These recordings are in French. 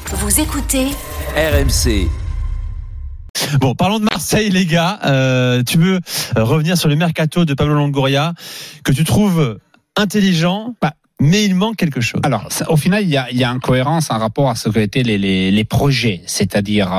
Vous écoutez RMC. Bon, parlons de Marseille, les gars. Tu veux revenir sur le mercato de Pablo Longoria, que tu trouves intelligent, mais il manque quelque chose. Alors, au final, il y a incohérence en rapport à ce que étaient les projets. C'est-à-dire,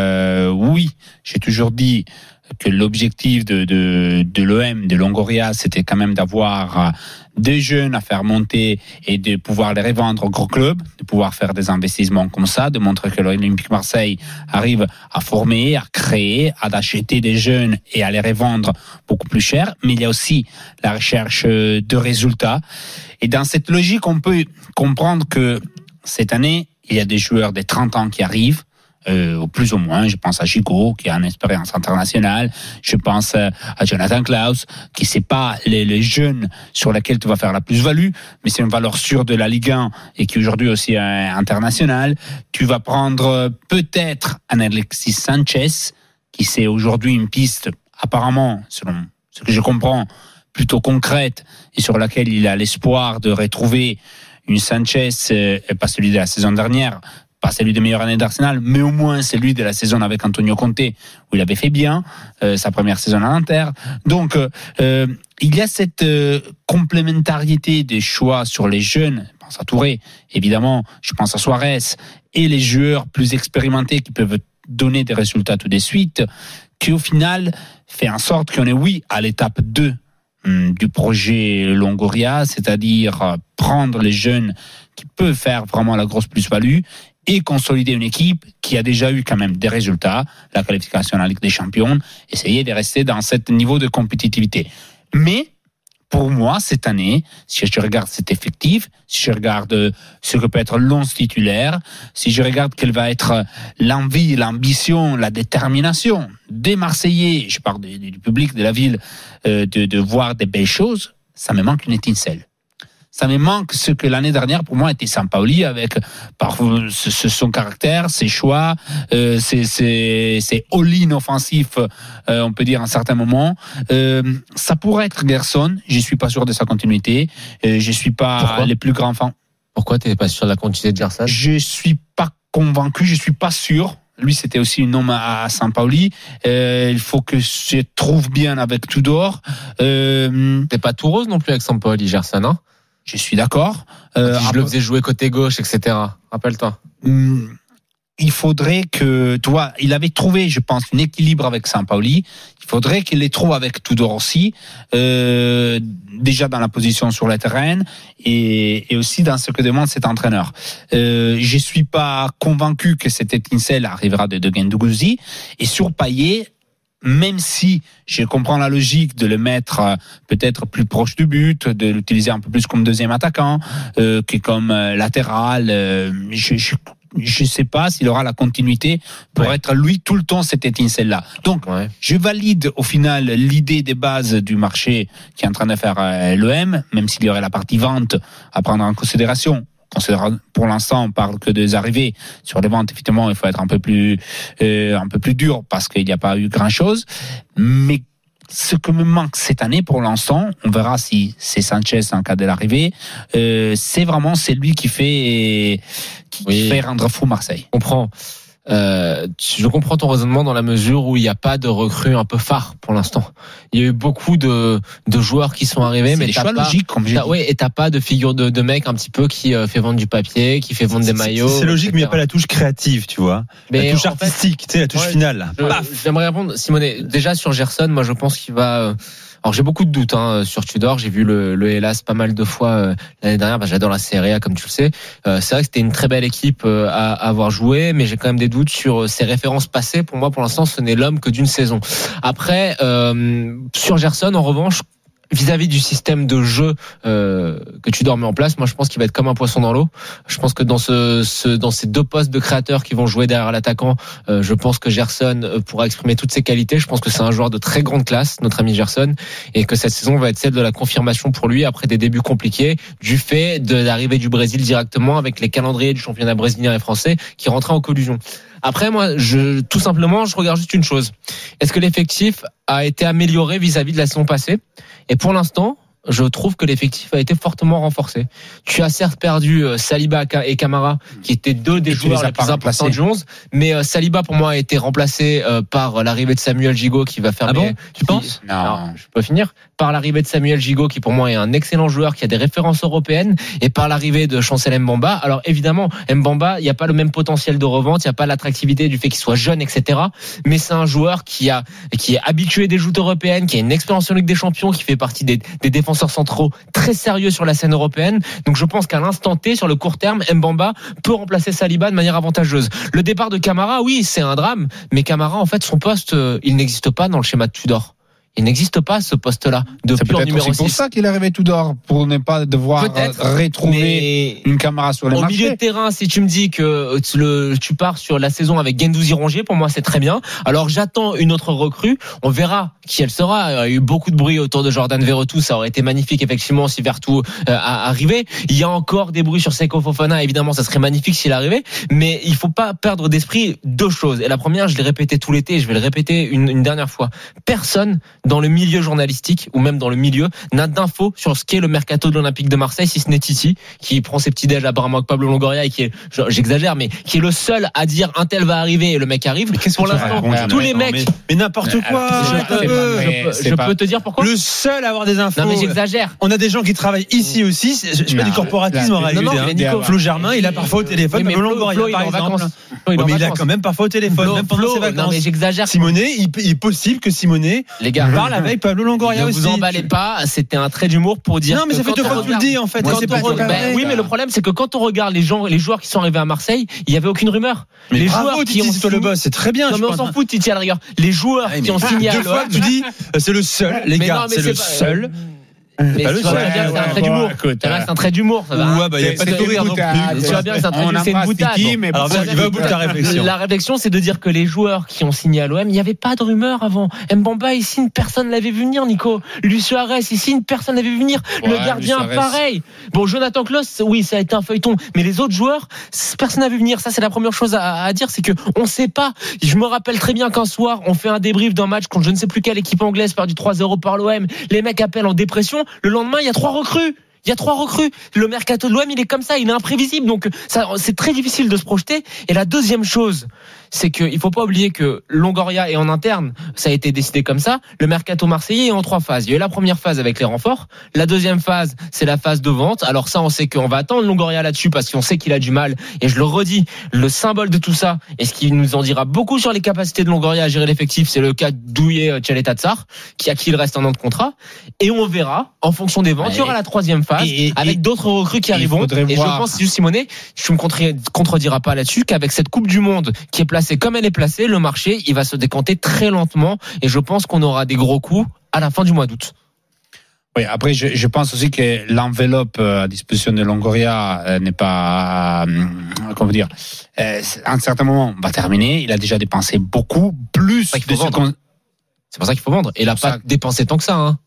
oui, j'ai toujours dit que l'objectif de l'OM, de Longoria, c'était quand même d'avoir des jeunes à faire monter et de pouvoir les revendre au gros club, de pouvoir faire des investissements comme ça, de montrer que l'Olympique Marseille arrive à former, à créer, à acheter des jeunes et à les revendre beaucoup plus cher. Mais il y a aussi la recherche de résultats. Et dans cette logique, on peut comprendre que cette année, il y a des joueurs de 30 ans qui arrivent, au plus ou moins. Je pense à Gigot, qui a une expérience internationale. Je pense à Jonathan Klaus, qui c'est pas les jeunes sur lesquels tu vas faire la plus-value, mais c'est une valeur sûre de la Ligue 1 et qui aujourd'hui aussi est international. Tu vas prendre peut-être un Alexis Sanchez, qui c'est aujourd'hui une piste apparemment, selon ce que je comprends, plutôt concrète et sur laquelle il a l'espoir de retrouver une Sanchez, pas celui de la saison dernière, pas celui de meilleure année d'Arsenal, mais au moins celui de la saison avec Antonio Conte, où il avait fait bien sa première saison à l'Inter. Donc, il y a cette complémentarité des choix sur les jeunes. Je pense à Touré, évidemment, je pense à Suarez, et les joueurs plus expérimentés qui peuvent donner des résultats tout de suite, qui au final fait en sorte qu'on est, oui, à l'étape 2 du projet Longoria, c'est-à-dire prendre les jeunes qui peuvent faire vraiment la grosse plus-value et consolider une équipe qui a déjà eu quand même des résultats, la qualification à la Ligue des Champions, essayer de rester dans ce niveau de compétitivité. Mais, pour moi, cette année, si je regarde cet effectif, si je regarde ce que peut être l'once titulaire, si je regarde quelle va être l'envie, l'ambition, la détermination des Marseillais, je parle du public de la ville, de voir des belles choses, ça me manque une étincelle. Ça me manque ce que l'année dernière, pour moi, était Sampaoli, avec son caractère, ses choix, ses all-in offensifs, on peut dire à un certain moment. Ça pourrait être Gerson, je suis pas sûr de sa continuité. Je suis pas Pourquoi les plus grands fans. Pourquoi t'es pas sûr de la continuité de Gerson ? Je suis pas convaincu, je suis pas sûr. Lui, c'était aussi un homme à Sampaoli. Il faut que je trouve bien avec Tudor. T'es pas tout rose non plus avec Sampaoli, Gerson, hein ? Je suis d'accord. Je le faisais jouer côté gauche, etc. Rappelle-toi. Il faudrait que, toi, il avait trouvé, je pense, un équilibre avec Sampaoli. Il faudrait qu'il les trouve avec Tudor aussi, déjà dans la position sur le terrain et aussi dans ce que demande cet entraîneur. Je suis pas convaincu que cette étincelle arrivera de Guendouzi. Et sur Payet, même si je comprends la logique de le mettre peut-être plus proche du but, de l'utiliser un peu plus comme deuxième attaquant que comme latéral, je sais pas s'il aura la continuité pour être lui tout le temps cette étincelle-là. Donc, je valide au final l'idée des bases du marché qui est en train de faire l'OM, même s'il y aurait la partie vente à prendre en considération. Pour l'instant, on parle que des arrivées. Sur les ventes, effectivement, il faut être un peu plus dur parce qu'il n'y a pas eu grand-chose. Mais ce que me manque cette année, pour l'instant, on verra si c'est Sanchez en cas de l'arrivée, c'est vraiment celui qui fait rendre fou Marseille. Je comprends. Je comprends ton raisonnement dans la mesure où il n'y a pas de recrues un peu phare pour l'instant. Il y a eu beaucoup de joueurs qui sont arrivés, c'est mais des choix logiques, comme j'ai dit. Et t'as pas de figure de mec un petit peu qui fait vendre du papier, qui fait vendre des maillots. C'est logique, mais il n'y a pas la touche créative, tu vois. Mais la touche artistique, tu sais, la touche finale. J'aimerais répondre, Simonet. Déjà sur Gerson, moi je pense qu'il va. Alors j'ai beaucoup de doutes sur Tudor. J'ai vu le Hellas pas mal de fois l'année dernière. J'adore la Serie A, comme tu le sais. C'est vrai que c'était une très belle équipe à avoir joué, mais j'ai quand même des doutes sur ses références passées. Pour moi, pour l'instant, ce n'est l'homme que d'une saison. Après, sur Gerson, en revanche, vis-à-vis du système de jeu que Tudor met en place, moi je pense qu'il va être comme un poisson dans l'eau. Je pense que dans ces deux postes de créateurs qui vont jouer derrière l'attaquant, je pense que Gerson pourra exprimer toutes ses qualités. Je pense que c'est un joueur de très grande classe, notre ami Gerson, et que cette saison va être celle de la confirmation pour lui après des débuts compliqués du fait de l'arrivée du Brésil directement avec les calendriers du championnat brésilien et français qui rentraient en collusion. Après, moi, tout simplement, je regarde juste une chose. Est-ce que l'effectif a été amélioré vis-à-vis de la saison passée ? Et pour l'instant, je trouve que l'effectif a été fortement renforcé. Tu as certes perdu Saliba et Camara, qui étaient deux des joueurs les plus importants du 11, mais Saliba pour moi a été remplacé par l'arrivée de Samuel Gigot qui va faire. Ah bon, tu penses? Non, alors, je peux finir. Par l'arrivée de Samuel Gigot, qui pour moi est un excellent joueur, qui a des références européennes, et par l'arrivée de Chancel Mbamba. Alors évidemment, Mbamba, il n'y a pas le même potentiel de revente, il n'y a pas l'attractivité du fait qu'il soit jeune, etc. Mais c'est un joueur qui est habitué des joutes européennes, qui a une expérience en Ligue des Champions, qui fait partie des défenseurs centraux très sérieux sur la scène européenne. Donc je pense qu'à l'instant T, sur le court terme, Mbamba peut remplacer Saliba de manière avantageuse. Le départ de Camara, oui, c'est un drame, mais Camara, en fait, son poste, il n'existe pas dans le schéma de Tudor. Il n'existe pas ce poste-là de pur numéro 6. C'est pour ça qu'il est arrivé tout d'or, pour ne pas devoir retrouver une Camara sur les marchés. Au milieu de terrain, si tu me dis que tu pars sur la saison avec Guendouzi Rongier, pour moi c'est très bien. Alors j'attends une autre recrue, on verra qui elle sera. Il y a eu beaucoup de bruit autour de Jordan Verretou, ça aurait été magnifique effectivement si Verretou arrivait. Il y a encore des bruits sur Seko Fofana, évidemment ça serait magnifique s'il arrivait, mais il faut pas perdre d'esprit deux choses. Et la première, je l'ai répété tout l'été, et je vais le répéter une dernière fois. Personne dans le milieu journalistique ou même dans le milieu n'a d'infos sur ce qu'est le mercato de l'Olympique de Marseille, si ce n'est Titi qui prend ses petits déj apparemment avec Pablo Longoria et qui est, j'exagère, mais qui est le seul à dire un tel va arriver et le mec arrive. Pour l'instant, tous les mecs, mais n'importe quoi. Je peux te dire pourquoi. Le seul à avoir des infos. Non mais j'exagère. On a des gens qui travaillent ici aussi. Je fais du corporatisme en réalité. Flo Germain, il a parfois au téléphone Pablo Longoria par exemple. Mais il a quand même parfois au téléphone, même pendant ses vacances. Non mais j'exagère. Simonet, il est possible que Simonet parle avec Pablo Longoria aussi. Ne vous emballez pas, c'était un trait d'humour pour dire. Non, mais ça fait deux fois que tu le dis en fait. Oui, mais le problème c'est que quand on regarde les joueurs qui sont arrivés à Marseille, il y avait aucune rumeur. Mais les bravo, joueurs Titi, c'est toi le boss, c'est très bien. Non, mais on s'en fout, Titi à la rigueur. Les joueurs qui ont signé à l'OM. Deux fois que tu dis, c'est le seul, les gars, c'est le seul. Mais tu vois bien que c'est un trait d'humour. C'est un trait d'humour. Ouais, bah, il n'y a pas de rire non plus. Tu vois bien que c'est une boutade. Alors, il va au bout de ta réflexion. La réflexion, c'est de dire que les joueurs qui ont signé à l'OM, il n'y avait pas de rumeur avant. Mbamba, il signe, personne l'avait vu venir, Nico. Luis Suarez, il signe, personne l'avait vu venir. Le gardien, pareil. Bon, Jonathan Klaus, oui, ça a été un feuilleton. Mais les autres joueurs, personne n'a vu venir. Ça, c'est la première chose à dire, c'est que on sait pas. Je me rappelle très bien qu'un soir, on fait un débrief d'un match contre je ne sais plus quelle équipe anglaise perdu 3-0 par l'OM. Les mecs appellent en dépression. Le lendemain, il y a 3 recrues. Le mercato de l'OM, il est comme ça, il est imprévisible. Donc, ça, c'est très difficile de se projeter. Et la deuxième chose, c'est qu'il faut pas oublier que Longoria est en interne. Ça a été décidé comme ça. Le mercato marseillais est en 3 phases. Il y a eu la première phase avec les renforts. La deuxième phase, c'est la phase de vente. Alors ça, on sait qu'on va attendre Longoria là-dessus parce qu'on sait qu'il a du mal. Et je le redis, le symbole de tout ça, et ce qui nous en dira beaucoup sur les capacités de Longoria à gérer l'effectif, c'est le cas de Douillet Tchaleta-Tsar, qui il reste un an de contrat. Et on verra, en fonction des ventes, il y aura la troisième phase avec d'autres recrues qui arriveront. Et je pense, juste Simonet, tu me contrediras pas là-dessus, qu'avec cette Coupe du Monde qui est placée comme elle est placée, le marché, il va se décanter très lentement. Et je pense qu'on aura des gros coups à la fin du mois d'août. Oui, après, je pense aussi que l'enveloppe à disposition de Longoria n'est pas, comment dire, à un certain moment, on va terminer. Il a déjà dépensé beaucoup, plus de ce qu'on... C'est pour ça qu'il faut vendre. Et il n'a pas dépensé tant que ça, hein.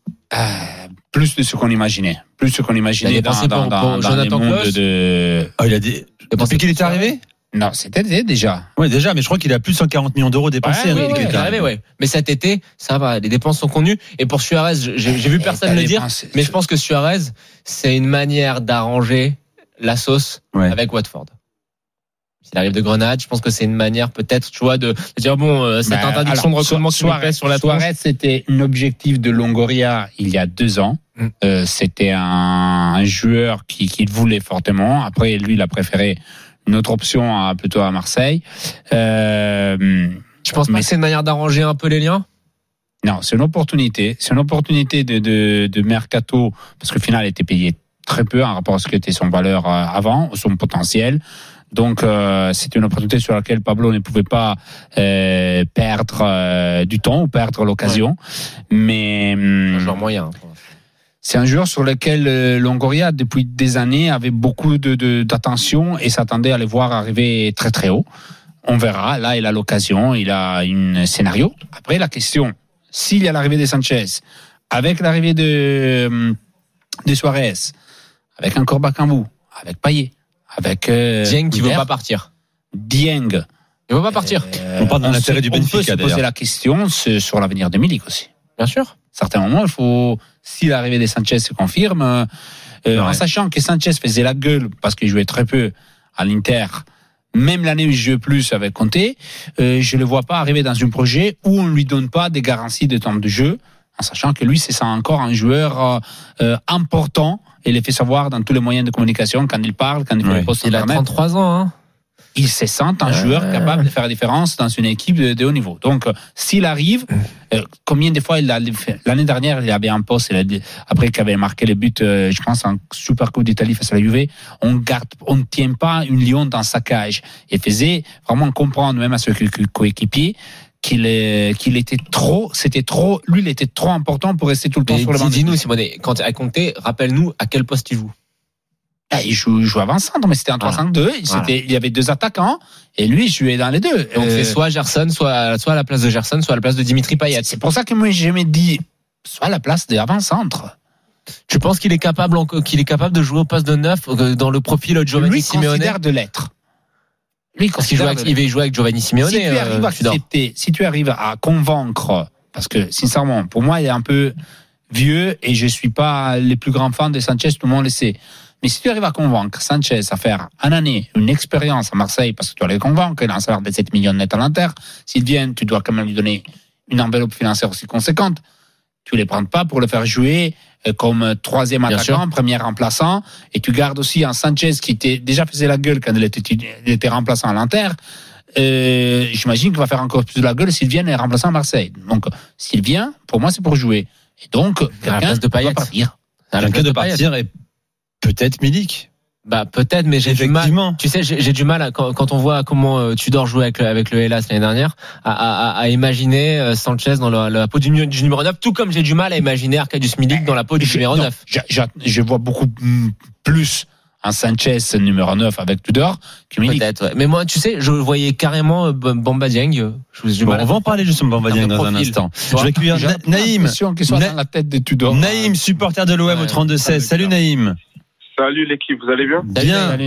Plus de ce qu'on imaginait. Plus de ce qu'on imaginait dans le monde de... Ah, il a des... Depuis qu'il est arrivé? Non, c'était déjà. Oui, déjà, mais je crois qu'il a plus de 140 millions d'euros dépensés. Ouais, il est arrivé, ouais. Mais cet été, ça va, les dépenses sont connues. Et pour Suarez, j'ai vu personne le dire, mais je pense que Suarez, c'est une manière d'arranger la sauce avec Watford. S'il arrive de Grenade, je pense que c'est une manière peut-être, tu vois, de dire bon, cette interdiction de recrutement qui nous pèse sur la tronche. Suarez, c'était un objectif de Longoria il y a 2 ans. C'était un joueur qu'il voulait fortement. Après, lui, il a préféré une autre option plutôt à Marseille. Je pense pas que c'est une manière d'arranger un peu les liens. Non, c'est une opportunité. C'est une opportunité de mercato, parce qu'au final, il était payé très peu en rapport à ce qui était son valeur avant, son potentiel. Donc, c'est une opportunité sur laquelle Pablo ne pouvait pas perdre du temps ou perdre l'occasion. Mais un joueur moyen. C'est un joueur sur lequel Longoria, depuis des années, avait beaucoup d'attention et s'attendait à le voir arriver très très haut. On verra. Là, il a l'occasion, il a un scénario. Après, la question, s'il y a l'arrivée de Sanchez, avec l'arrivée de Suarez, avec encore Bakambu, avec Payet, avec Dieng qui ne veut pas partir. Dieng. Il ne veut pas partir. On parle de l'intérêt du Benfica. On peut se poser la question sur l'avenir de Milik aussi. Bien sûr. certains moments, si l'arrivée de Sanchez se confirme, en sachant que Sanchez faisait la gueule parce qu'il jouait très peu à l'Inter, même l'année où il joue plus avec Conte, je le vois pas arriver dans un projet où on lui donne pas des garanties de temps de jeu, en sachant que lui, c'est encore un joueur important et le fait savoir dans tous les moyens de communication, quand il parle, quand il fait les posts il internet. a 33 ans, hein. Il se sent un joueur capable de faire la différence dans une équipe de haut niveau. Donc, s'il arrive, combien de fois l'année dernière, il avait un poste, après qu'il avait marqué le but, je pense, en Super Coupe d'Italie face à la Juve, on ne tient pas une lion dans sa cage. Et faisait vraiment comprendre, même à ses coéquipiers, qu'il était lui, il était trop important pour rester tout le temps sur le banc. Dis-nous, Simone, quand à Conte, rappelle-nous à quel poste il joue. Il joue avant-centre, mais c'était un 3-5-2. Il y avait deux attaquants, et lui, il jouait dans les deux. Donc c'est soit Gerson, soit à la place de Gerson, soit à la place de Dimitri Payet. C'est pour ça que moi, j'ai dit, soit à la place de l'avant-centre. Tu penses qu'il est capable de jouer au poste de 9 dans le profil Giovanni lui Simeone? Considère de l'être. Il va jouer avec Giovanni Simeone. Si tu arrives à convaincre, parce que sincèrement, pour moi, il est un peu vieux et je suis pas les plus grands fans de Sanchez, tout le monde le sait. Mais si tu arrives à convaincre Sanchez à faire une année, une expérience à Marseille, parce que tu dois les convaincre, il a un salaire de 7 millions net à l'Inter, s'il vient, tu dois quand même lui donner une enveloppe financière aussi conséquente. Tu les prends pas pour le faire jouer comme troisième attaquant, premier remplaçant, et tu gardes aussi un Sanchez qui déjà faisait la gueule quand il était remplaçant à l'Inter. J'imagine qu'il va faire encore plus de la gueule s'il vient et remplaçant à Marseille. Donc, s'il vient, pour moi, c'est pour jouer. Et donc, quelqu'un doit partir. Quelqu'un doit partir et peut-être Milik. Bah peut-être, mais j'ai du mal. Tu sais, j'ai du mal quand on voit comment Tudor jouait avec le Hellas l'année dernière à imaginer Sanchez dans la peau du numéro 9, tout comme j'ai du mal à imaginer Arkadiusz Milik dans la peau du numéro 9. Je vois beaucoup plus un Sanchez numéro 9 avec Tudor que Milik. Peut-être, ouais. Mais moi, tu sais, je voyais carrément Bamba Dieng. On va en parler justement Bamba Dieng dans un instant. Je vais accueillir Naïm. Dans la tête de Tudor. Naïm, supporter de l'OM au 32-16. Salut Naïm. Salut l'équipe, vous allez bien? Bien. Salut,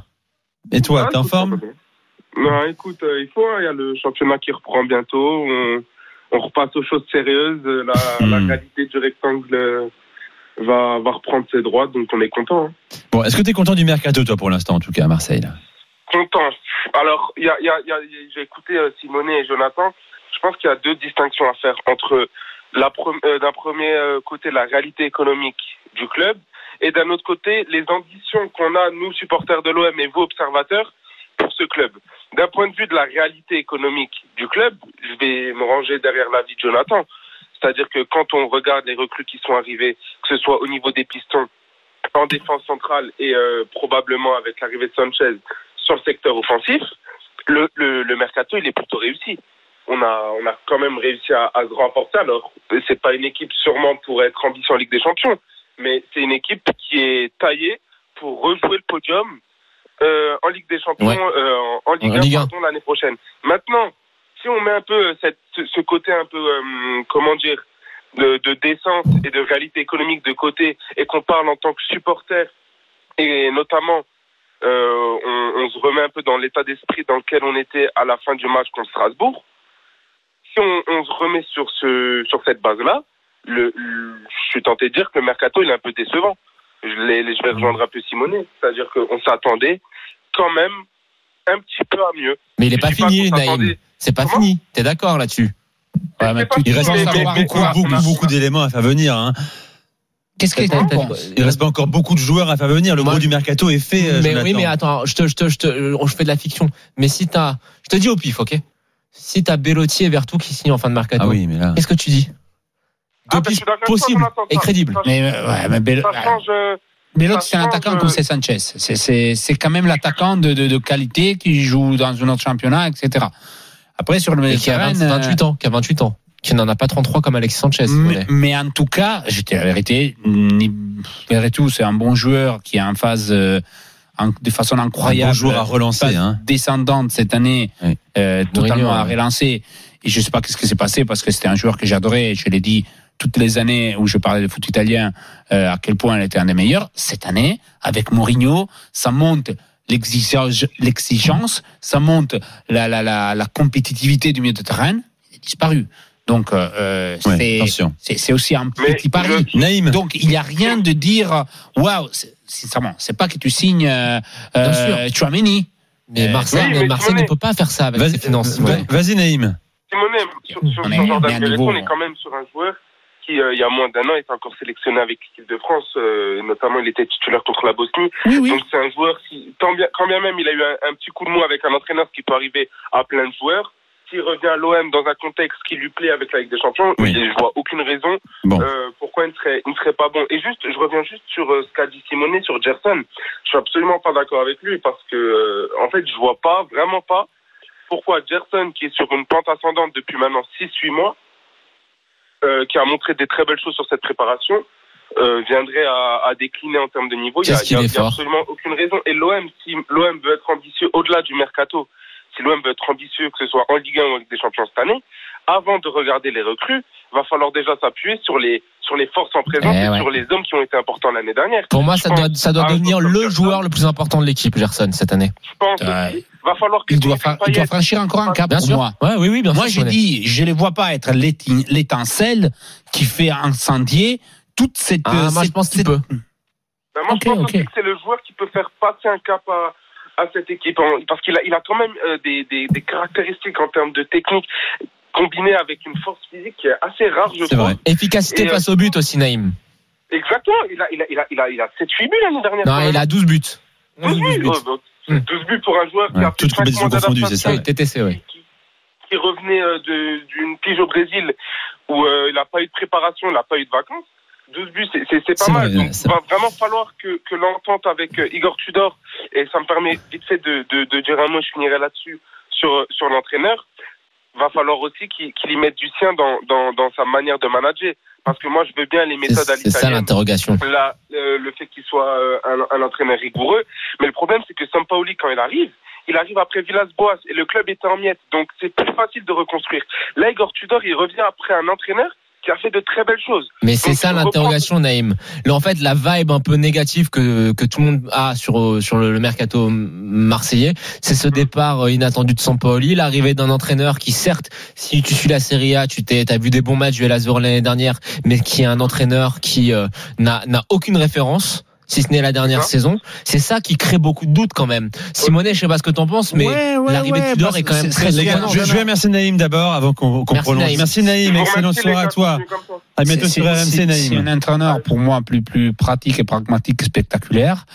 Et toi, t'es en forme? Non, écoute, il faut. Il y a le championnat qui reprend bientôt. On repasse aux choses sérieuses. La qualité du rectangle va reprendre ses droits, donc on est content. Hein. Bon, est-ce que t'es content du mercato, toi, pour l'instant, en tout cas, à Marseille là? Content. Alors, j'ai écouté Simone et Jonathan. Je pense qu'il y a deux distinctions à faire entre d'un premier côté la réalité économique du club. Et d'un autre côté, les ambitions qu'on a, nous, supporters de l'OM et vous, observateurs, pour ce club. D'un point de vue de la réalité économique du club, je vais me ranger derrière l'avis de Jonathan. C'est-à-dire que quand on regarde les recrues qui sont arrivées, que ce soit au niveau des pistons, en défense centrale et probablement avec l'arrivée de Sanchez sur le secteur offensif, le mercato, il est plutôt réussi. On a quand même réussi à se remporter. Alors, c'est pas une équipe sûrement pour être ambition en Ligue des Champions, mais c'est une équipe qui est taillée pour rejouer le podium en Ligue des Champions, en Ligue 1 l'année prochaine. Maintenant, si on met un peu ce côté un peu, de décence et de réalité économique de côté, et qu'on parle en tant que supporter, et notamment, on se remet un peu dans l'état d'esprit dans lequel on était à la fin du match contre Strasbourg. Si on se remet sur cette base-là, je suis tenté de dire que le mercato il est un peu décevant. Je vais rejoindre un peu Simone, c'est-à-dire qu'on s'attendait quand même un petit peu à mieux. Mais il n'est pas fini, Naïm. C'est pas fini. T'es d'accord là-dessus? Ouais, mais il reste beaucoup d'éléments à faire venir. Hein. Qu'est-ce que il reste pas encore beaucoup de joueurs à faire venir. Le gros du mercato est fait. Mais oui, mais attends, je fais de la fiction. Mais si je te dis au pif, ok? Si t'as Bellotti et Vertou qui signent en fin de mercato, qu'est-ce que tu dis? Possible et crédible. Mais Bellotti, c'est un attaquant comme c'est Sanchez. C'est quand même l'attaquant de qualité qui joue dans un autre championnat, etc. Après, sur le terrain, qui a 28 ans, qui n'en a pas 33 comme Alexis Sanchez. Mais en tout cas, je dis la vérité, Verretou, c'est un bon joueur qui est en phase de façon incroyable. Un bon joueur à relancer, descendante cette année, totalement à relancer. Et je sais pas qu'est-ce qui s'est passé parce que c'était un joueur que j'adorais. Je l'ai dit toutes les années où je parlais de foot italien, à quel point elle était un des meilleurs. Cette année, avec Mourinho, ça monte l'exigence, ça monte la compétitivité du milieu de terrain. Il est disparu. Donc, c'est aussi un petit pari. Naïm. Donc, il n'y a rien de dire, waouh, sincèrement, c'est pas que tu signes Tchouaméni. Mais Marseille ne peut pas faire ça avec ses finances. Vas-y, Naïm. Simone, sur Jordan Belletto, on est quand même sur un joueur qui, il y a moins d'un an, était encore sélectionné avec l'équipe de France. Notamment, il était titulaire contre la Bosnie. Oui. Donc, c'est un joueur qui, quand bien même il a eu un petit coup de mou avec un entraîneur, ce qui peut arriver à plein de joueurs. S'il revient à l'OM dans un contexte qui lui plaît avec la Ligue des Champions, je vois aucune raison pourquoi il ne serait pas bon. Et je reviens juste sur ce qu'a dit Simone sur Gerson. Je suis absolument pas d'accord avec lui parce que, en fait, je vois vraiment pas pourquoi Gerson, qui est sur une pente ascendante depuis maintenant 6-8 mois, qui a montré des très belles choses sur cette préparation, viendrait à décliner en termes de niveau. Il y a absolument aucune raison. Et l'OM, si l'OM veut être ambitieux au-delà du mercato, si l'OM veut être ambitieux, que ce soit en Ligue 1 ou en Ligue des Champions cette année, avant de regarder les recrues, va falloir déjà s'appuyer sur les forces en présence et sur les hommes qui ont été importants l'année dernière. Pour moi, ça doit devenir le joueur le plus important de l'équipe, Gerson, cette année. Je pense va falloir que il doit franchir encore un cap pour moi. Oui, bien sûr. Moi, j'ai dit, je les vois pas être l'étincelle qui fait incendier toute cette. Moi, je pense qu'il peut. Moi, je pense aussi que c'est le joueur qui peut faire passer un cap à cette équipe, parce qu'il a quand même des caractéristiques en termes de technique combinées avec une force physique qui est assez rare, je trouve. Vrai. Efficacité face au but aussi, Naïm. Exactement, il a 7-8 buts l'année dernière. Non, il a 12 buts. 12 buts pour un joueur qui a fait 5 mois d'adaptation, qui revenait d'une pige au Brésil où il n'a pas eu de préparation, il n'a pas eu de vacances. 12 buts, c'est pas mal. Donc, il va vraiment falloir que l'entente avec Igor Tudor, et ça me permet vite fait de dire un mot, je finirai là-dessus, sur l'entraîneur, va falloir aussi qu'il y mette du sien dans sa manière de manager. Parce que moi, je veux bien les méthodes à l'italienne. C'est ça l'interrogation. Le fait qu'il soit un entraîneur rigoureux. Mais le problème, c'est que Sampaoli, quand il arrive après Villas-Boas et le club était en miettes. Donc, c'est plus facile de reconstruire. Là, Igor Tudor, il revient après un entraîneur qui a fait de très belles choses. Mais c'est ça l'interrogation, Naïm. Là, en fait, la vibe un peu négative que tout le monde a sur le mercato marseillais, c'est ce départ inattendu de Sampaoli, l'arrivée d'un entraîneur qui, certes, si tu suis la Serie A, t'as vu des bons matchs du Hellas Verona l'année dernière, mais qui est un entraîneur qui n'a aucune référence, si ce n'est la dernière saison. C'est ça qui crée beaucoup de doutes quand même. Simone, je sais pas ce que t'en penses, mais l'arrivée de Tudor est quand même très surprenante. Je vais remercier Naïm d'abord avant qu'on prolonge. Merci Naïm, excellente soirée à toi. À bientôt sur RMC, Naïm. C'est un entraîneur pour moi plus pratique et pragmatique, spectaculaire.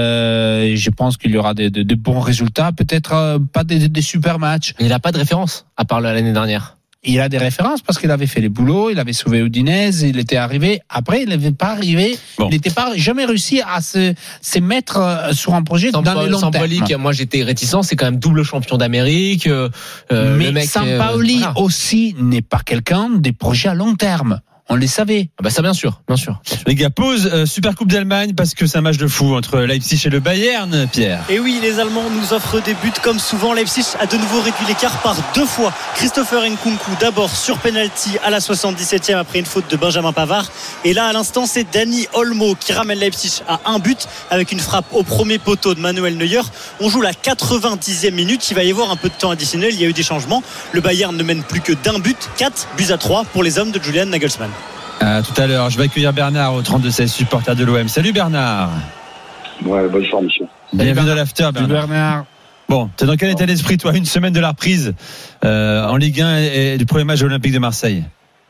Je pense qu'il y aura de bons résultats, peut-être pas des super matchs. Il n'a pas de référence à part l'année dernière. Il a des références parce qu'il avait fait les boulots, il avait sauvé Udinese, il était arrivé. Après, il n'avait pas arrivé. Bon. Il n'était pas jamais réussi à se mettre sur un projet dans le long terme. Moi, j'étais réticent. C'est quand même double champion d'Amérique. Mais le mec, Sampaoli aussi n'est pas quelqu'un des projets à long terme. On les savait. Ah bah ça, bien sûr. Les gars, pause Super Coupe d'Allemagne parce que c'est un match de fou entre Leipzig et le Bayern, Pierre. Et oui, les Allemands nous offrent des buts comme souvent. Leipzig a de nouveau réduit l'écart par 2 fois. Christopher Nkunku d'abord sur penalty à la 77e après une faute de Benjamin Pavard. Et là, à l'instant, c'est Dani Olmo qui ramène Leipzig à un but avec une frappe au premier poteau de Manuel Neuer. On joue la 90e minute. Il va y avoir un peu de temps additionnel. Il y a eu des changements. Le Bayern ne mène plus que d'un but. 4-3 pour les hommes de Julian Nagelsmann. Tout à l'heure, je vais accueillir Bernard au 32-16, supporter de l'OM. Salut Bernard. Ouais, bonne soirée, monsieur. Bienvenue dans l'after, Bernard. Bon, t'es dans quel état d'esprit, toi, une semaine de la reprise en Ligue 1 et du premier match olympique de Marseille?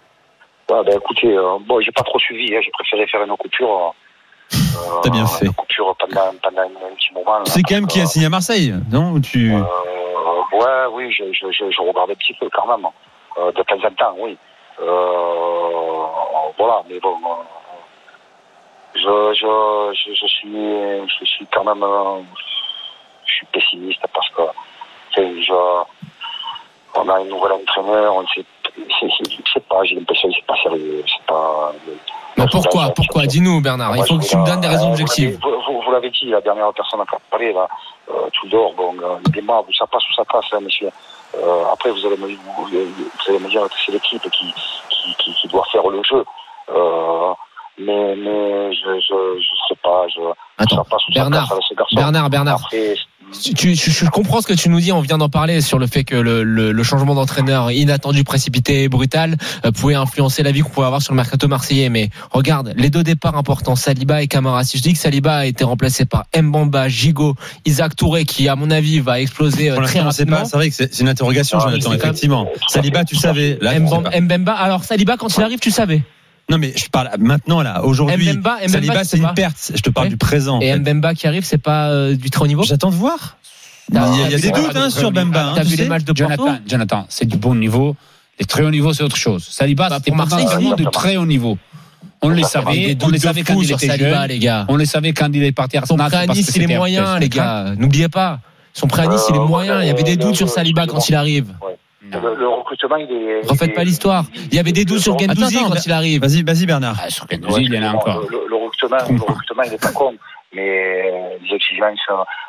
Écoutez, j'ai pas trop suivi, j'ai préféré faire une coupure. T'as bien fait. Une coupure pendant un petit moment. C'est quand même qui a signé à Marseille, non? Oui, je regarde un petit peu quand même. De temps en temps, oui. Mais bon, je suis quand même, je suis pessimiste parce que on a une nouvelle entraîneur, on sait pas, j'ai l'impression que c'est pas sérieux, c'est pas. Mais pourquoi? Dis-nous, Bernard. Il faut que tu me donnes des raisons objectives. Vous l'avez dit, la dernière personne qui a parlé là, Tudor, il est mort, ça passe ou ça passe, hein, monsieur. Après, vous allez me dire que c'est l'équipe qui doit faire le jeu. Mais je sais pas. Attends, Bernard. Après, je comprends ce que tu nous dis. On vient d'en parler sur le fait que le changement d'entraîneur inattendu, précipité, brutal pouvait influencer la vie qu'on pouvait avoir sur le mercato marseillais. Mais regarde, les deux départs importants, Saliba et Camara. Si je dis que Saliba a été remplacé par Mbamba, Gigot, Isaac Touré, qui à mon avis va exploser très rapidement. C'est vrai que c'est une interrogation, Jonathan, effectivement. Saliba, tu savais. Mbamba. Alors Saliba, quand il arrive, tu savais. Non, mais je parle maintenant, là, aujourd'hui. Mbemba, Saliba, c'est une perte. Je te parle du présent. Et Mbemba qui arrive, c'est pas du très haut niveau? J'attends de voir. Il y a des doutes sur Mbemba. T'as vu les matchs de Porto? Jonathan, c'est du bon niveau. Les très hauts niveaux, c'est autre chose. Saliba, c'était potentiellement de très haut niveau. On les savait quand il était jeune. Les gars. On les savait quand il est parti à Arsenal. Son prêt à Nice, il est moyen, les gars. N'oubliez pas. Son prêt à Nice, il est moyen. Il y avait des doutes sur Saliba quand il arrive. Le recrutement, il est. Refaites pas l'histoire. Il y avait des doutes sur Guendouzi quand il arrive. Vas-y, Bernard. Sur Guendouzi, il y en a encore. Le recrutement, il est pas con. Mais les exigences,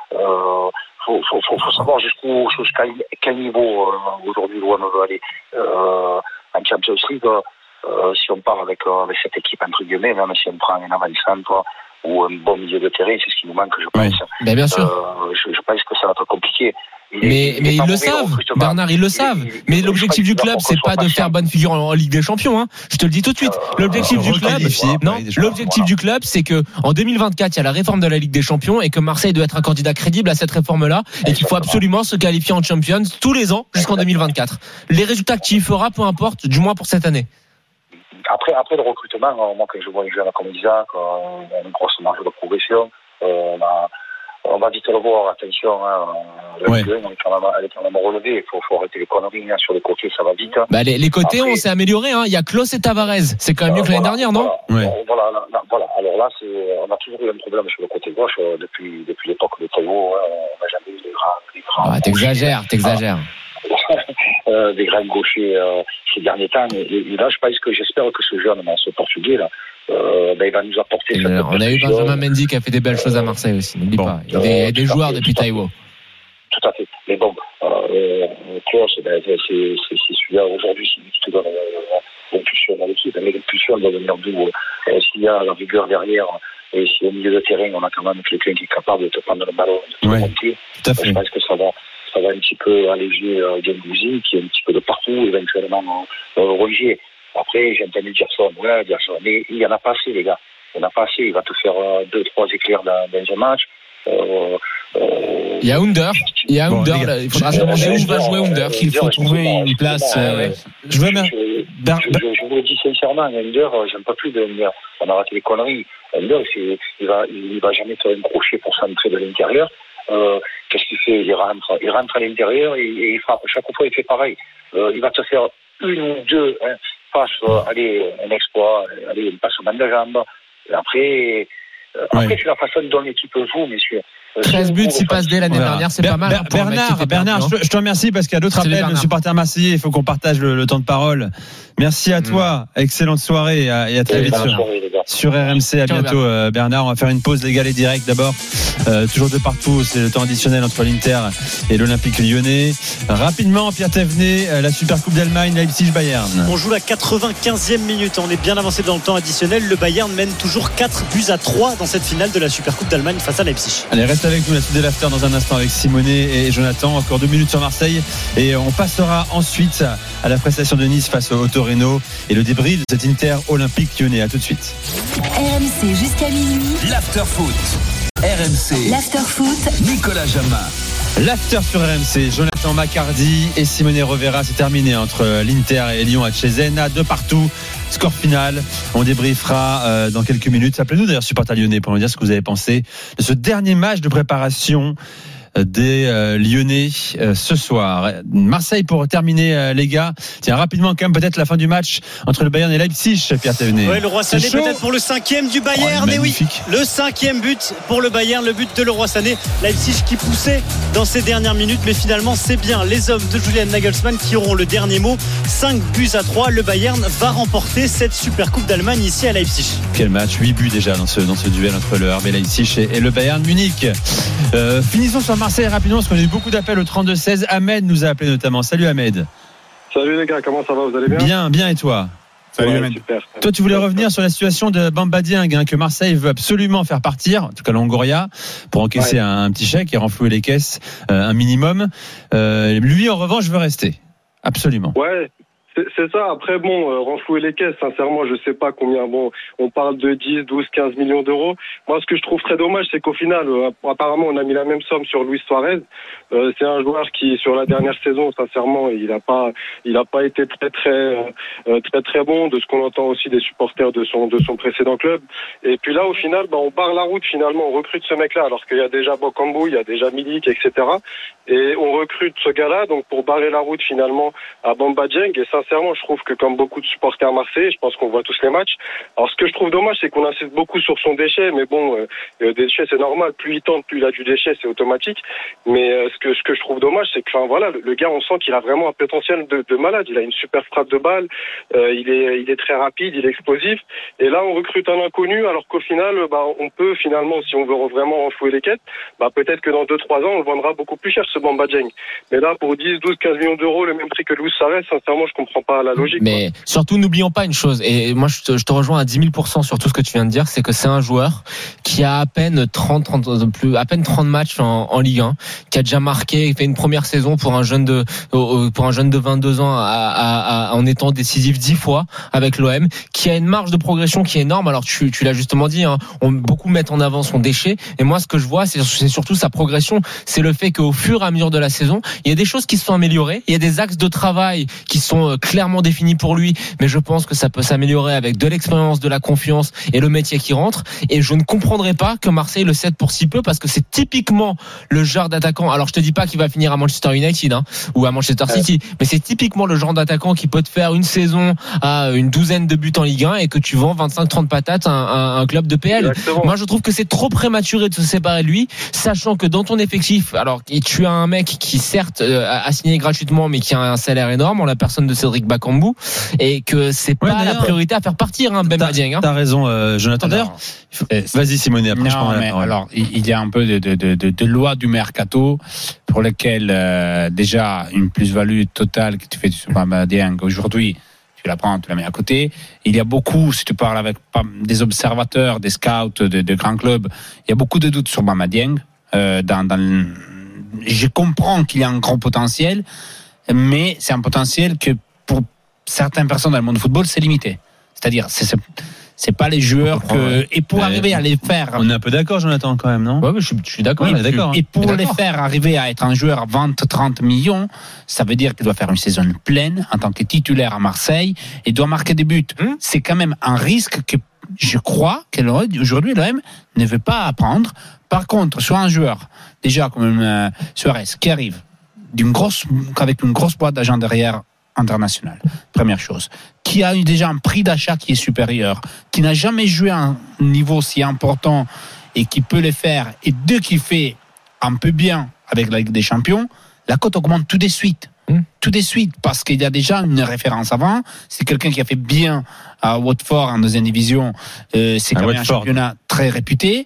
faut savoir jusqu'à quel niveau aujourd'hui l'OM veut aller en Champions League. Si on part avec cette équipe entre guillemets, même si on prend un avant-centre ou un bon milieu de terrain, c'est ce qui nous manque, je pense. Mais bien sûr. Je pense que ça va être compliqué. Mais ils le savent, Bernard, ils le savent. Mais l'objectif du club, c'est pas de faire bonne figure en Ligue des Champions. Hein. Je te le dis tout de suite. L'objectif du club, c'est que en 2024, il y a la réforme de la Ligue des Champions et que Marseille doit être un candidat crédible à cette réforme-là et qu'il faut absolument se qualifier en Champions tous les ans jusqu'en 2024. Les résultats que tu y feras, peu importe, du moins pour cette année. Après le recrutement, moi quand je vois les jeunes comme Isaac, on a une grosse marge de progression. On va vite le voir, attention, elle est quand même relevée, il faut arrêter les conneries sur les côtés, ça va vite. Les côtés, on s'est amélioré, hein. Il y a Klose et Tavares, c'est quand même mieux que l'année dernière, non? Voilà. Alors là, on a toujours eu un problème sur le côté gauche depuis l'époque de Théo, on n'a jamais eu des grands. T'exagères. Des grands gauchers ces derniers temps. Et là, j'espère que ce jeune, ce Portugais là, il va nous apporter. On a eu Benjamin Mendy qui a fait des belles choses à Marseille aussi. N'oublie pas. Il y a des joueurs depuis Taïwo. Tout à fait. Mais bon, Klaus, c'est celui-là aujourd'hui, c'est lui qui te donne l'impulsion dans l'équipe. Mais l'impulsion doit venir d'où? S'il y a la rigueur derrière et si au milieu de terrain, on a quand même quelqu'un qui est capable de te prendre le ballon, de te monter, je pense que ça va un petit peu alléger Guendouzi, qui est un petit peu de partout, éventuellement Roger. Après, j'ai entendu Gerson, mais il n'y en a pas assez, les gars. Il n'y en a pas assez. Il va te faire 2-3 éclairs dans un match. Il y a Under. Il faudra se demander où va jouer Under. Il faut trouver une place. Je vous le dis sincèrement, Under, j'aime pas plus de Under. On a raté les conneries. Under, il va jamais faire un crochet pour s'entrer de l'intérieur. Qu'est-ce qu'il fait? Il rentre à l'intérieur et il frappe. Chaque fois, il fait pareil. Il va te faire une ou deux passes, un exploit, une passe au bande de jambe. Après, c'est la façon dont l'équipe joue, messieurs. 13 buts, 6 passes dès l'année dernière, c'est pas mal. Bernard, je te remercie parce qu'il y a d'autres appels de supporters marseillais. Il faut qu'on partage le temps de parole. Merci à toi. Excellente soirée et à très vite sur RMC. À bientôt, Bernard. On va faire une pause légale et directe d'abord. Toujours de partout. C'est le temps additionnel entre l'Inter et l'Olympique Lyonnais. Rapidement, Pierre Thévenet, la Super Coupe d'Allemagne, Leipzig-Bayern. On joue la 95e minute. On est bien avancé dans le temps additionnel. Le Bayern mène toujours 4-3 dans cette finale de la Super Coupe d'Allemagne face à Leipzig. Allez, reste avec nous, la suite de l'after dans un instant avec Simonet et Jonathan. Encore 2 minutes sur Marseille et on passera ensuite à la prestation de Nice face au Torino et le débrief de cet Inter Olympique Lyonnais. À tout de suite. RMC jusqu'à minuit. L'after foot. RMC. L'after foot. Nicolas Jamin. L'after sur RMC, Jonathan Macardy et Simone Rovera, c'est terminé entre l'Inter et Lyon à Cesena, 2-2. Score final, on débriefera dans quelques minutes. Appelez-nous d'ailleurs, supporters lyonnais, pour nous dire ce que vous avez pensé de ce dernier match de préparation des Lyonnais ce soir. Marseille pour terminer, les gars. Tiens, rapidement quand même peut-être la fin du match entre le Bayern et Leipzig, Pierre Thévenet. Ouais, le Roi Sané peut-être pour le 5e du Bayern. Et oui, le 5e but pour le Bayern, le but de le Roi Sané. Leipzig qui poussait dans ces dernières minutes, mais finalement c'est bien les hommes de Julian Nagelsmann qui auront le dernier mot. 5-3. Le Bayern va remporter cette Super Coupe d'Allemagne ici à Leipzig. Quel match, 8 buts déjà dans ce duel entre le RB Leipzig et le Bayern Munich. Finissons sur Marseille rapidement parce qu'on a eu beaucoup d'appels au 32-16. Ahmed nous a appelé notamment. Salut Ahmed. Salut les gars, comment ça va? Vous allez bien? Bien et toi? Salut, Ouais, Ahmed. super. Toi, tu voulais revenir sur la situation de Bamba Dieng, que Marseille veut absolument faire partir, en tout cas Longoria, pour encaisser un petit chèque et renflouer les caisses un minimum. Lui, en revanche, veut rester. Absolument. Ouais. C'est ça. Après, renflouer les caisses, sincèrement, je sais pas combien. Bon, on parle de 10, 12, 15 millions d'euros. Moi, ce que je trouve très dommage, c'est qu'au final, apparemment, on a mis la même somme sur Luis Suarez. C'est un joueur qui, sur la dernière saison, sincèrement, il a pas été très bon, de ce qu'on entend aussi des supporters de son précédent club. Et puis là, au final, on barre la route, finalement. On recrute ce mec-là, alors qu'il y a déjà Bakambu, il y a déjà Milik, etc. Et on recrute ce gars-là, donc, pour barrer la route, finalement, à Bamba Dieng. Et sincèrement, je trouve que comme beaucoup de supporters marseillais, je pense qu'on voit tous les matchs. Alors ce que je trouve dommage, c'est qu'on insiste beaucoup sur son déchet, mais bon, des déchets c'est normal, plus il tente, plus il a du déchet, c'est automatique. Mais ce que je trouve dommage, c'est que le gars, on sent qu'il a vraiment un potentiel de malade. Il a une super frappe de balle, il est très rapide, il est explosif. Et là, on recrute un inconnu, alors qu'au final, on peut finalement, si on veut vraiment renflouer les quêtes, peut-être que dans 2-3 ans, on le vendra beaucoup plus cher ce Bamba Dieng. Mais là, pour 10, 12, 15 millions d'euros, le même prix que Luis Suarez, sincèrement, je comprends pas la logique. Mais surtout, n'oublions pas une chose, et moi je te rejoins à 10 000% sur tout ce que tu viens de dire, c'est que c'est un joueur qui a à peine 30 matchs en Ligue 1, qui a déjà marqué, fait une première saison pour un jeune de 22 ans en étant décisif 10 fois avec l'OM, qui a une marge de progression qui est énorme. Alors tu l'as justement dit, beaucoup mettent en avant son déchet, et moi ce que je vois, c'est surtout sa progression. C'est le fait qu'au fur et à mesure de la saison, il y a des choses qui se sont améliorées, il y a des axes de travail qui sont clairement défini pour lui, mais je pense que ça peut s'améliorer avec de l'expérience, de la confiance et le métier qui rentre. Et je ne comprendrais pas que Marseille le cède pour si peu, parce que c'est typiquement le genre d'attaquant. Alors je te dis pas qu'il va finir à Manchester United ou à Manchester City, mais c'est typiquement le genre d'attaquant qui peut te faire une saison à une douzaine de buts en Ligue 1 et que tu vends 25-30 patates à un club de PL. Exactement. Moi je trouve que c'est trop prématuré de se séparer de lui, sachant que dans ton effectif, alors tu as un mec qui certes a signé gratuitement, mais qui a un salaire énorme, en la personne de Cédric Bakambu, et que c'est pas la priorité à faire partir Bamba Dieng. T'as raison, Jonathan. D'ailleurs, vas-y Simone. Après, alors il y a un peu de loi du mercato pour lequel déjà une plus-value totale que tu fais sur Bamba Dieng aujourd'hui, tu la prends, tu la mets à côté. Il y a beaucoup, si tu parles avec des observateurs, des scouts de grands clubs, il y a beaucoup de doutes sur Bamba Dieng. Je comprends qu'il y a un grand potentiel, mais c'est un potentiel que pour certaines personnes dans le monde du football, c'est limité. C'est-à-dire, c'est pas les joueurs que, et pour arriver à les faire. On est un peu d'accord, Jonathan, quand même, non? Ouais, je suis d'accord. Oui, d'accord. Et pour les faire arriver à être un joueur à 20-30 millions, ça veut dire qu'il doit faire une saison pleine en tant que titulaire à Marseille et doit marquer des buts. C'est quand même un risque que je crois qu'aujourd'hui l'OM ne veut pas prendre. Par contre, sur un joueur, déjà comme Suarez, qui arrive avec une grosse boîte d'agents derrière, international, première chose, qui a eu déjà un prix d'achat qui est supérieur, qui n'a jamais joué à un niveau si important et qui peut le faire, et qui fait un peu bien avec la Ligue des Champions, la cote augmente tout de suite. Tout de suite, parce qu'il y a déjà une référence avant. C'est quelqu'un qui a fait bien à Watford en deuxième division. C'est quand même un championnat très réputé.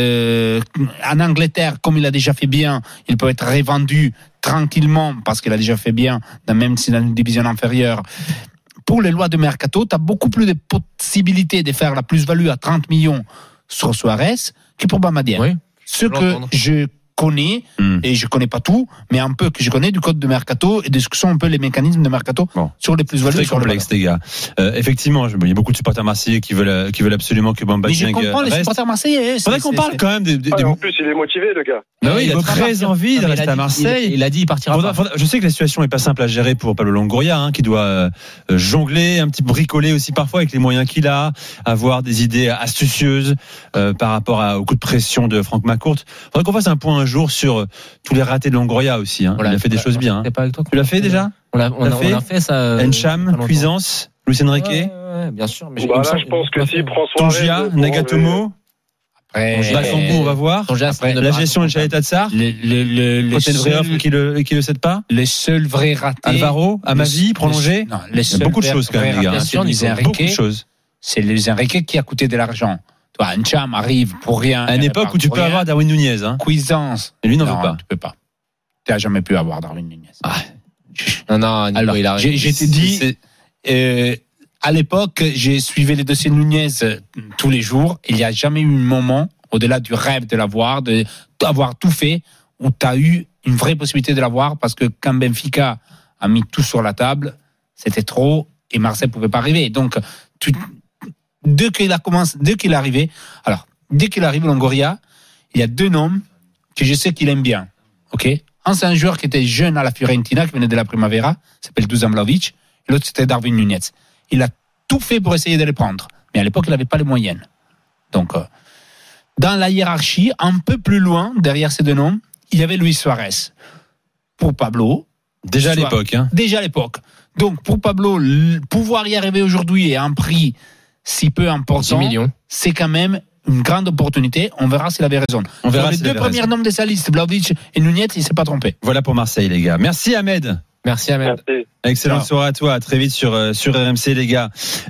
En Angleterre, comme il a déjà fait bien, il peut être revendu tranquillement parce qu'il a déjà fait bien, même si dans une division inférieure. Pour les lois de mercato, tu as beaucoup plus de possibilités de faire la plus-value à 30 millions sur Suarez que pour Bamba Dieng. Oui, ce que je connais, et je connais pas tout, mais un peu que je connais du code de mercato et de ce que sont un peu les mécanismes de mercato sur les plus-values. C'est très complexe, les gars. Effectivement, il y a beaucoup de supporters marseillais qui veulent absolument que Bamba Dieng reste. Mais je comprends les supporters marseillais. Faudrait qu'on parle quand même en plus, il est motivé, le gars. Il a très envie de rester à Marseille. Il a dit il partira pas. Je sais que la situation est pas simple à gérer pour Pablo Longoria, qui doit jongler, un petit bricoler aussi parfois avec les moyens qu'il a, avoir des idées astucieuses par rapport au coup de pression de Franck McCourt. Faudrait qu'on fasse un point un jour sur tous les ratés de Longoria aussi. Il a fait des choses bien. Tu l'as fait déjà? On a fait ça. Encham, Cuisance, Luis Enrique. Ouais, bien sûr. Mais là, je pense que s'il prend Tongia, Nagatomo. Bakambu, on va voir. Après, la gestion de Chalet Tatsar. Le seul offre qui le cède pas. Les seuls vrais ratés. Alvaro, Amavi, prolongé. Il y a beaucoup de choses quand même, les gars. Beaucoup de choses. C'est Luis Enrique qui a coûté de l'argent. Toi, Encham arrive pour rien. À une époque où tu peux avoir Darwin Nunez. Cuisance. Et lui n'en veut pas. Tu peux pas. Tu n'as jamais pu avoir Darwin Nunez. Non, alors, il a je t'ai dit, à l'époque, j'ai suivi les dossiers Nunez tous les jours. Il n'y a jamais eu un moment, au-delà du rêve de l'avoir, d'avoir tout fait, où tu as eu une vraie possibilité de l'avoir, parce que quand Benfica a mis tout sur la table, c'était trop, et Marseille ne pouvait pas arriver. Donc, dès qu'il arrive, Longoria, il y a deux noms que je sais qu'il aime bien. Ok, un, c'est un joueur qui était jeune à la Fiorentina, qui venait de la Primavera, s'appelle Dusan Vlahovic, et l'autre, c'était Darwin Nunez. Il a tout fait pour essayer de les prendre. Mais à l'époque, il n'avait pas les moyens. Donc, dans la hiérarchie, un peu plus loin, derrière ces deux noms, il y avait Luis Suarez. Pour Pablo. Déjà à l'époque. Déjà à l'époque. Donc, pour Pablo, pouvoir y arriver aujourd'hui et à un prix si peu important, 10 millions. C'est quand même une grande opportunité. On verra s'il avait raison. On verra les deux premiers noms de sa liste, Vlahovic et Nunez, il ne s'est pas trompé. Voilà pour Marseille, les gars. Merci Ahmed. Merci Ahmed. Excellente soirée à toi. À très vite sur RMC, les gars.